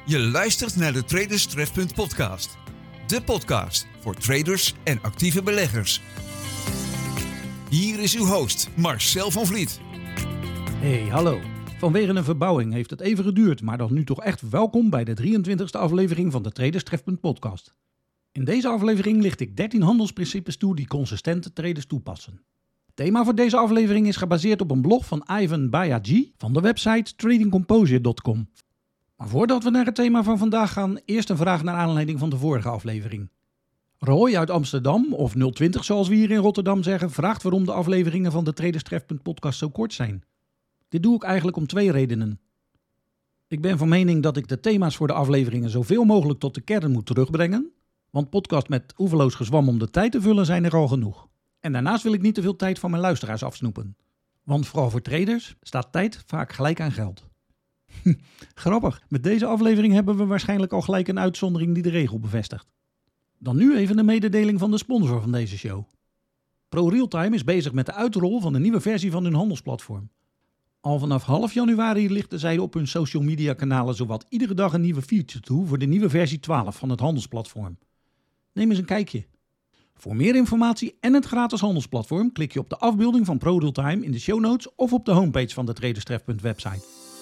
Je luistert naar de Traders Trefpunt podcast. De podcast voor traders en actieve beleggers. Hier is uw host Marcel van Vliet. Hey, hallo. Vanwege een verbouwing heeft het even geduurd, maar dan nu toch echt welkom bij de 23e aflevering van de Traders Trefpunt podcast. In deze aflevering licht ik 13 handelsprincipes toe die consistente traders toepassen. Het thema voor deze aflevering is gebaseerd op een blog van Ivan Bayaji van de website tradingcomposure.com. Maar voordat we naar het thema van vandaag gaan, eerst een vraag naar aanleiding van de vorige aflevering. Roy uit Amsterdam, of 020 zoals we hier in Rotterdam zeggen, vraagt waarom de afleveringen van de Traders Trefpunt podcast zo kort zijn. Dit doe ik eigenlijk om 2 redenen. Ik ben van mening dat ik de thema's voor de afleveringen zoveel mogelijk tot de kern moet terugbrengen, want podcasts met oeverloos gezwam om de tijd te vullen zijn er al genoeg. En daarnaast wil ik niet te veel tijd van mijn luisteraars afsnoepen. Want vooral voor traders staat tijd vaak gelijk aan geld. Grappig, met deze aflevering hebben we waarschijnlijk al gelijk een uitzondering die de regel bevestigt. Dan nu even een mededeling van de sponsor van deze show. ProRealtime is bezig met de uitrol van een nieuwe versie van hun handelsplatform. Al vanaf half januari lichten zij op hun social media kanalen zowat iedere dag een nieuwe feature toe voor de nieuwe versie 12 van het handelsplatform. Neem eens een kijkje. Voor meer informatie en het gratis handelsplatform klik je op de afbeelding van ProRealtime in de show notes of op de homepage van de Traders Trefpunt website.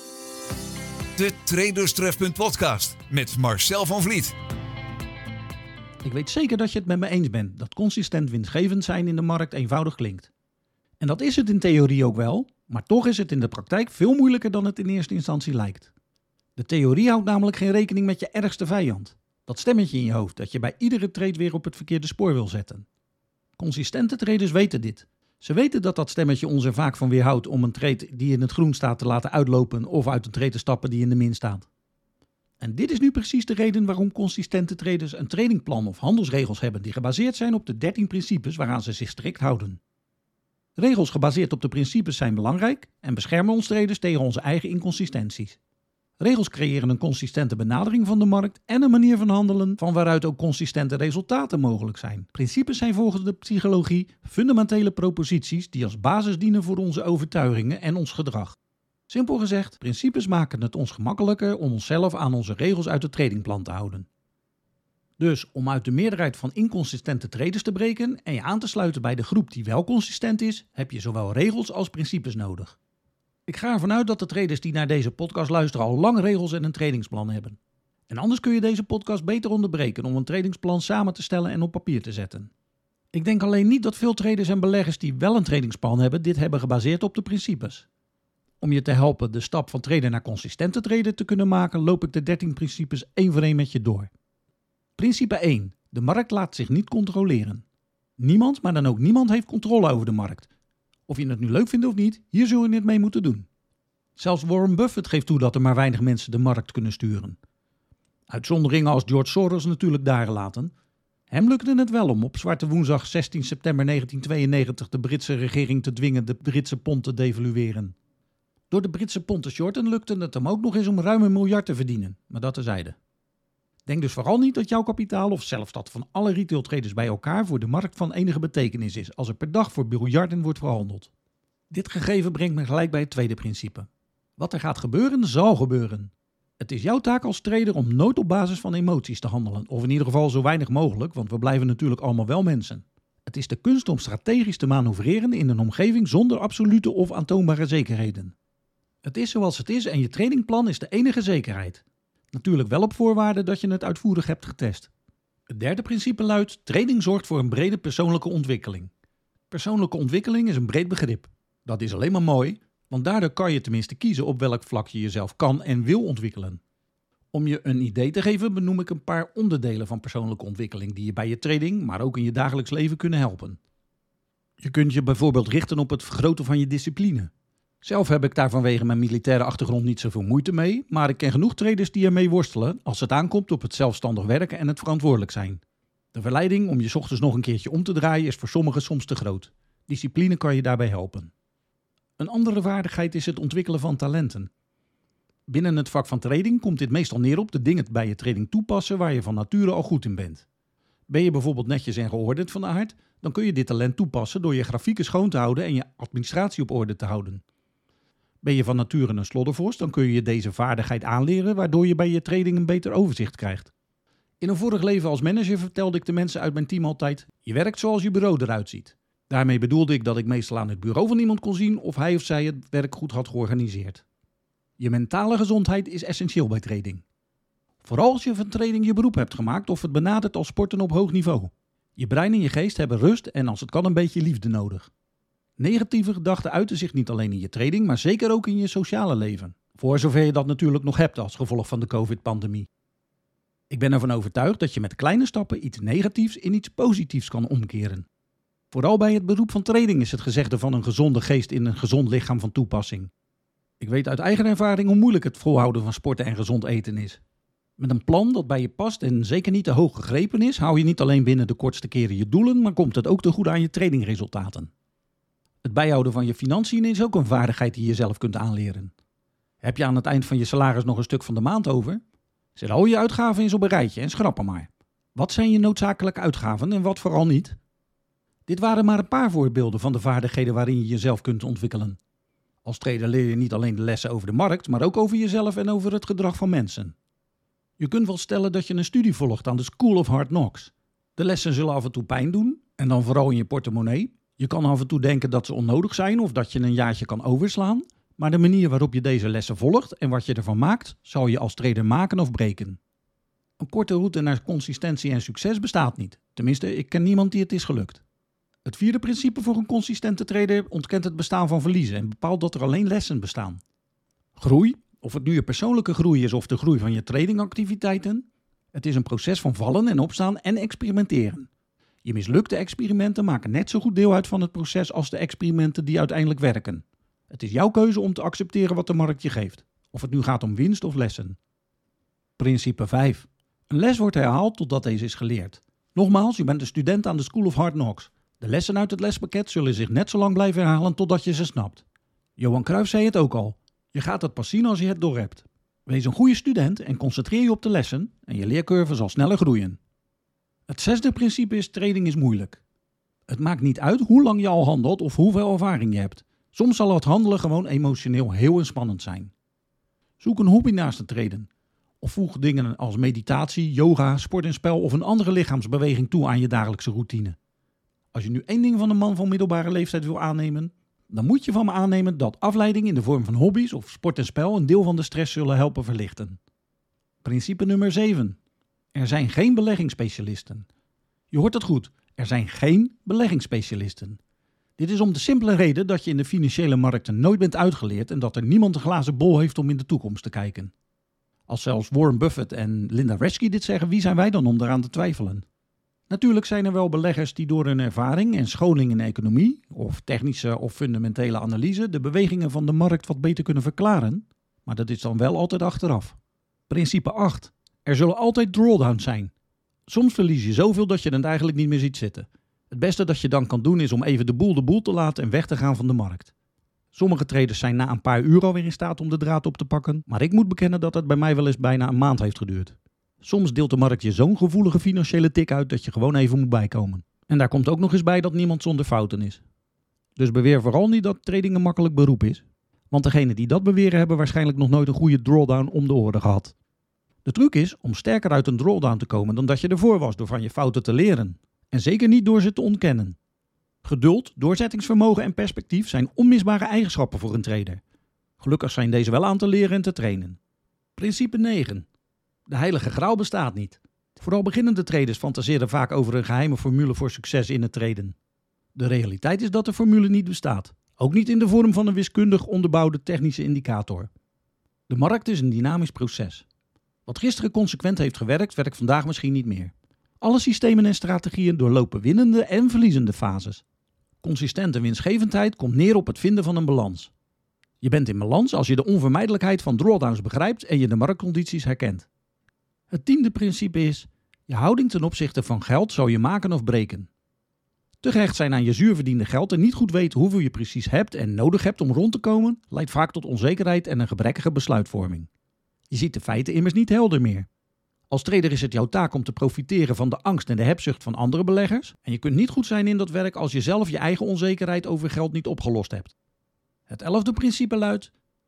De Traders Trefpunt podcast met Marcel van Vliet. Ik weet zeker dat je het met me eens bent dat consistent winstgevend zijn in de markt eenvoudig klinkt. En dat is het in theorie ook wel, maar toch is het in de praktijk veel moeilijker dan het in eerste instantie lijkt. De theorie houdt namelijk geen rekening met je ergste vijand. Dat stemmetje in je hoofd dat je bij iedere trade weer op het verkeerde spoor wil zetten. Consistente traders weten dit. Ze weten dat dat stemmetje ons er vaak van weerhoudt om een trade die in het groen staat te laten uitlopen of uit een trade te stappen die in de min staat. En dit is nu precies de reden waarom consistente traders een tradingplan of handelsregels hebben die gebaseerd zijn op de 13 principes waaraan ze zich strikt houden. Regels gebaseerd op de principes zijn belangrijk en beschermen ons traders tegen onze eigen inconsistenties. Regels creëren een consistente benadering van de markt en een manier van handelen van waaruit ook consistente resultaten mogelijk zijn. Principes zijn volgens de psychologie fundamentele proposities die als basis dienen voor onze overtuigingen en ons gedrag. Simpel gezegd, principes maken het ons gemakkelijker om onszelf aan onze regels uit het tradingplan te houden. Dus om uit de meerderheid van inconsistente traders te breken en je aan te sluiten bij de groep die wel consistent is, heb je zowel regels als principes nodig. Ik ga ervan uit dat de traders die naar deze podcast luisteren al lang regels en een tradingsplan hebben. En anders kun je deze podcast beter onderbreken om een tradingsplan samen te stellen en op papier te zetten. Ik denk alleen niet dat veel traders en beleggers die wel een tradingsplan hebben, dit hebben gebaseerd op de principes. Om je te helpen de stap van trader naar consistente trader te kunnen maken, loop ik de 13 principes één voor één met je door. Principe 1. De markt laat zich niet controleren. Niemand, maar dan ook niemand heeft controle over de markt. Of je het nu leuk vindt of niet, hier zul je het mee moeten doen. Zelfs Warren Buffett geeft toe dat er maar weinig mensen de markt kunnen sturen. Uitzonderingen als George Soros natuurlijk daar gelaten. Hem lukte het wel om op Zwarte Woensdag 16 september 1992 de Britse regering te dwingen de Britse pond te devalueren. Door de Britse pond te shorten lukte het hem ook nog eens om ruim $1 miljard te verdienen, maar dat terzijde. Denk dus vooral niet dat jouw kapitaal of zelfs dat van alle retailtraders bij elkaar voor de markt van enige betekenis is als er per dag voor biljarden wordt verhandeld. Dit gegeven brengt me gelijk bij het tweede principe. Wat er gaat gebeuren, zal gebeuren. Het is jouw taak als trader om nooit op basis van emoties te handelen, of in ieder geval zo weinig mogelijk, want we blijven natuurlijk allemaal wel mensen. Het is de kunst om strategisch te manoeuvreren in een omgeving zonder absolute of aantoonbare zekerheden. Het is zoals het is en je tradingplan is de enige zekerheid. Natuurlijk wel op voorwaarde dat je het uitvoerig hebt getest. Het derde principe luidt: trading zorgt voor een brede persoonlijke ontwikkeling. Persoonlijke ontwikkeling is een breed begrip. Dat is alleen maar mooi, want daardoor kan je tenminste kiezen op welk vlak je jezelf kan en wil ontwikkelen. Om je een idee te geven benoem ik een paar onderdelen van persoonlijke ontwikkeling die je bij je trading, maar ook in je dagelijks leven kunnen helpen. Je kunt je bijvoorbeeld richten op het vergroten van je discipline. Zelf heb ik daar vanwege mijn militaire achtergrond niet zoveel moeite mee, maar ik ken genoeg traders die ermee worstelen als het aankomt op het zelfstandig werken en het verantwoordelijk zijn. De verleiding om je 's ochtends nog een keertje om te draaien is voor sommigen soms te groot. Discipline kan je daarbij helpen. Een andere vaardigheid is het ontwikkelen van talenten. Binnen het vak van trading komt dit meestal neer op de dingen bij je trading toepassen waar je van nature al goed in bent. Ben je bijvoorbeeld netjes en geordend van aard, dan kun je dit talent toepassen door je grafieken schoon te houden en je administratie op orde te houden. Ben je van nature een sloddervos, dan kun je deze vaardigheid aanleren, waardoor je bij je trading een beter overzicht krijgt. In een vorig leven als manager vertelde ik de mensen uit mijn team altijd: je werkt zoals je bureau eruit ziet. Daarmee bedoelde ik dat ik meestal aan het bureau van iemand kon zien of hij of zij het werk goed had georganiseerd. Je mentale gezondheid is essentieel bij trading. Vooral als je van trading je beroep hebt gemaakt of het benadert als sporten op hoog niveau. Je brein en je geest hebben rust en als het kan een beetje liefde nodig. Negatieve gedachten uiten zich niet alleen in je trading, maar zeker ook in je sociale leven. Voor zover je dat natuurlijk nog hebt als gevolg van de COVID-pandemie. Ik ben ervan overtuigd dat je met kleine stappen iets negatiefs in iets positiefs kan omkeren. Vooral bij het beroep van trading is het gezegde van een gezonde geest in een gezond lichaam van toepassing. Ik weet uit eigen ervaring hoe moeilijk het volhouden van sporten en gezond eten is. Met een plan dat bij je past en zeker niet te hoog gegrepen is, hou je niet alleen binnen de kortste keren je doelen, maar komt het ook te goede aan je tradingresultaten. Het bijhouden van je financiën is ook een vaardigheid die je zelf kunt aanleren. Heb je aan het eind van je salaris nog een stuk van de maand over? Zet al je uitgaven eens op een rijtje en schrap er maar. Wat zijn je noodzakelijke uitgaven en wat vooral niet? Dit waren maar een paar voorbeelden van de vaardigheden waarin je jezelf kunt ontwikkelen. Als trader leer je niet alleen de lessen over de markt, maar ook over jezelf en over het gedrag van mensen. Je kunt wel stellen dat je een studie volgt aan de School of Hard Knocks. De lessen zullen af en toe pijn doen, en dan vooral in je portemonnee. Je kan af en toe denken dat ze onnodig zijn of dat je een jaartje kan overslaan. Maar de manier waarop je deze lessen volgt en wat je ervan maakt, zal je als trader maken of breken. Een korte route naar consistentie en succes bestaat niet. Tenminste, ik ken niemand die het is gelukt. Het vierde principe voor een consistente trader ontkent het bestaan van verliezen en bepaalt dat er alleen lessen bestaan. Groei, of het nu je persoonlijke groei is of de groei van je tradingactiviteiten, het is een proces van vallen en opstaan en experimenteren. Je mislukte experimenten maken net zo goed deel uit van het proces als de experimenten die uiteindelijk werken. Het is jouw keuze om te accepteren wat de markt je geeft, of het nu gaat om winst of lessen. Principe 5. Een les wordt herhaald totdat deze is geleerd. Nogmaals, je bent een student aan de School of Hard Knocks. De lessen uit het lespakket zullen zich net zo lang blijven herhalen totdat je ze snapt. Johan Cruijff zei het ook al. Je gaat het pas zien als je het doorhebt. Wees een goede student en concentreer je op de lessen en je leercurve zal sneller groeien. Het zesde principe is: trading is moeilijk. Het maakt niet uit hoe lang je al handelt of hoeveel ervaring je hebt. Soms zal het handelen gewoon emotioneel heel spannend zijn. Zoek een hobby naast het traden. Of voeg dingen als meditatie, yoga, sport en spel of een andere lichaamsbeweging toe aan je dagelijkse routine. Als je nu één ding van een man van middelbare leeftijd wil aannemen, dan moet je van me aannemen dat afleiding in de vorm van hobby's of sport en spel een deel van de stress zullen helpen verlichten. Principe nummer 7. Er zijn geen beleggingsspecialisten. Je hoort het goed, er zijn geen beleggingsspecialisten. Dit is om de simpele reden dat je in de financiële markten nooit bent uitgeleerd en dat er niemand een glazen bol heeft om in de toekomst te kijken. Als zelfs Warren Buffett en Linda Reschke dit zeggen, wie zijn wij dan om daaraan te twijfelen? Natuurlijk zijn er wel beleggers die door hun ervaring en scholing in economie, of technische of fundamentele analyse, de bewegingen van de markt wat beter kunnen verklaren, maar dat is dan wel altijd achteraf. Principe 8. Er zullen altijd drawdowns zijn. Soms verlies je zoveel dat je het eigenlijk niet meer ziet zitten. Het beste dat je dan kan doen is om even de boel te laten en weg te gaan van de markt. Sommige traders zijn na een paar uur alweer in staat om de draad op te pakken, maar ik moet bekennen dat het bij mij wel eens bijna een maand heeft geduurd. Soms deelt de markt je zo'n gevoelige financiële tik uit dat je gewoon even moet bijkomen. En daar komt ook nog eens bij dat niemand zonder fouten is. Dus beweer vooral niet dat trading een makkelijk beroep is. Want degenen die dat beweren hebben waarschijnlijk nog nooit een goede drawdown om de oren gehad. De truc is om sterker uit een drawdown te komen dan dat je ervoor was door van je fouten te leren. En zeker niet door ze te ontkennen. Geduld, doorzettingsvermogen en perspectief zijn onmisbare eigenschappen voor een trader. Gelukkig zijn deze wel aan te leren en te trainen. Principe 9. De heilige graal bestaat niet. Vooral beginnende traders fantaseren vaak over een geheime formule voor succes in het traden. De realiteit is dat de formule niet bestaat. Ook niet in de vorm van een wiskundig onderbouwde technische indicator. De markt is een dynamisch proces. Wat gisteren consequent heeft gewerkt, werkt vandaag misschien niet meer. Alle systemen en strategieën doorlopen winnende en verliezende fases. Consistente winstgevendheid komt neer op het vinden van een balans. Je bent in balans als je de onvermijdelijkheid van drawdowns begrijpt en je de marktcondities herkent. Het 10e principe is: je houding ten opzichte van geld zal je maken of breken. Te gehecht zijn aan je zuurverdiende geld en niet goed weten hoeveel je precies hebt en nodig hebt om rond te komen, leidt vaak tot onzekerheid en een gebrekkige besluitvorming. Je ziet de feiten immers niet helder meer. Als trader is het jouw taak om te profiteren van de angst en de hebzucht van andere beleggers en je kunt niet goed zijn in dat werk als je zelf je eigen onzekerheid over geld niet opgelost hebt. Het 11e principe luidt: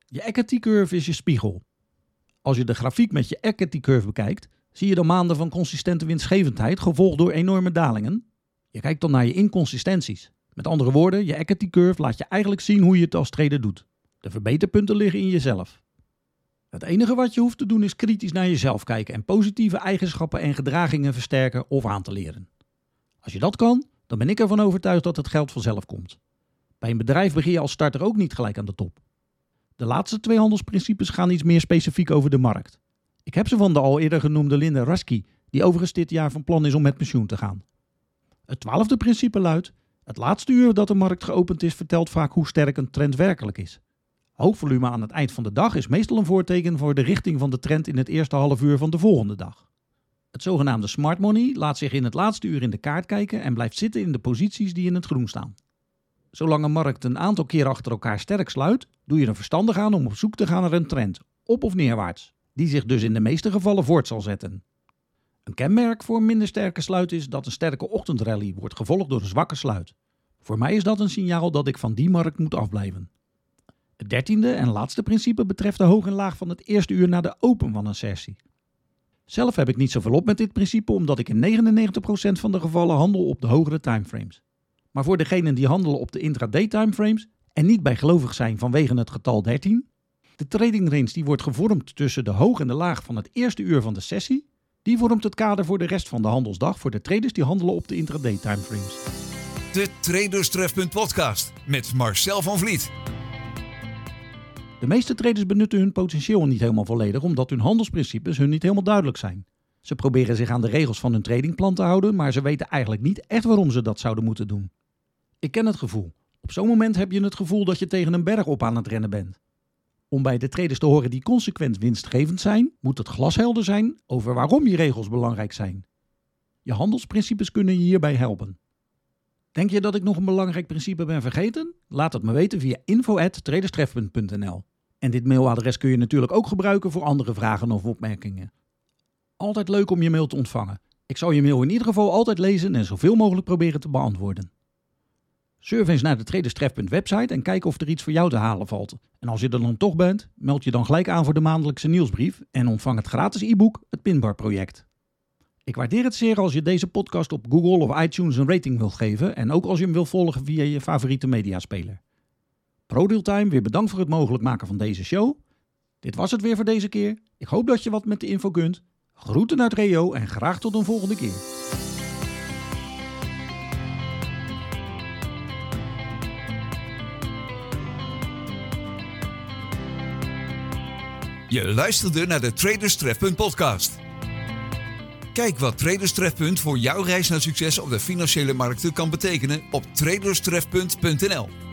Je equity curve is je spiegel. Als je de grafiek met je equity curve bekijkt, zie je dan maanden van consistente winstgevendheid gevolgd door enorme dalingen. Je kijkt dan naar je inconsistenties. Met andere woorden, je equity curve laat je eigenlijk zien hoe je het als trader doet. De verbeterpunten liggen in jezelf. Het enige wat je hoeft te doen is kritisch naar jezelf kijken en positieve eigenschappen en gedragingen versterken of aan te leren. Als je dat kan, dan ben ik ervan overtuigd dat het geld vanzelf komt. Bij een bedrijf begin je als starter ook niet gelijk aan de top. De laatste 2 handelsprincipes gaan iets meer specifiek over de markt. Ik heb ze van de al eerder genoemde Linda Rusky, die overigens dit jaar van plan is om met pensioen te gaan. Het 12e principe luidt: het laatste uur dat de markt geopend is vertelt vaak hoe sterk een trend werkelijk is. Hoog volume aan het eind van de dag is meestal een voorteken voor de richting van de trend in het eerste half uur van de volgende dag. Het zogenaamde smart money laat zich in het laatste uur in de kaart kijken en blijft zitten in de posities die in het groen staan. Zolang een markt een aantal keer achter elkaar sterk sluit, doe je er verstandig aan om op zoek te gaan naar een trend, op of neerwaarts, die zich dus in de meeste gevallen voort zal zetten. Een kenmerk voor een minder sterke sluit is dat een sterke ochtendrally wordt gevolgd door een zwakke sluit. Voor mij is dat een signaal dat ik van die markt moet afblijven. Het 13e en laatste principe betreft de hoog en laag van het eerste uur na de open van een sessie. Zelf heb ik niet zoveel op met dit principe omdat ik in 99% van de gevallen handel op de hogere timeframes. Maar voor degenen die handelen op de intraday timeframes en niet bijgelovig zijn vanwege het getal 13, de trading range die wordt gevormd tussen de hoog en de laag van het eerste uur van de sessie, die vormt het kader voor de rest van de handelsdag voor de traders die handelen op de intraday timeframes. De Traders Trefpunt Podcast met Marcel van Vliet. De meeste traders benutten hun potentieel niet helemaal volledig omdat hun handelsprincipes hun niet helemaal duidelijk zijn. Ze proberen zich aan de regels van hun tradingplan te houden, maar ze weten eigenlijk niet echt waarom ze dat zouden moeten doen. Ik ken het gevoel. Op zo'n moment heb je het gevoel dat je tegen een berg op aan het rennen bent. Om bij de traders te horen die consequent winstgevend zijn, moet het glashelder zijn over waarom je regels belangrijk zijn. Je handelsprincipes kunnen je hierbij helpen. Denk je dat ik nog een belangrijk principe ben vergeten? Laat het me weten via info@traderstrefpunt.nl. En dit mailadres kun je natuurlijk ook gebruiken voor andere vragen of opmerkingen. Altijd leuk om je mail te ontvangen. Ik zal je mail in ieder geval altijd lezen en zoveel mogelijk proberen te beantwoorden. Surf eens naar de Traderstrefpunt website en kijk of er iets voor jou te halen valt. En als je er dan toch bent, meld je dan gelijk aan voor de maandelijkse nieuwsbrief en ontvang het gratis e-book Het Pinbar Project. Ik waardeer het zeer als je deze podcast op Google of iTunes een rating wilt geven en ook als je hem wilt volgen via je favoriete mediaspeler. ProDealTime, weer bedankt voor het mogelijk maken van deze show. Dit was het weer voor deze keer. Ik hoop dat je wat met de info kunt. Groeten uit Rio en graag tot een volgende keer. Je luisterde naar de Traders Trefpunt Podcast. Kijk wat Traders Trefpunt voor jouw reis naar succes op de financiële markten kan betekenen op traderstrefpunt.nl.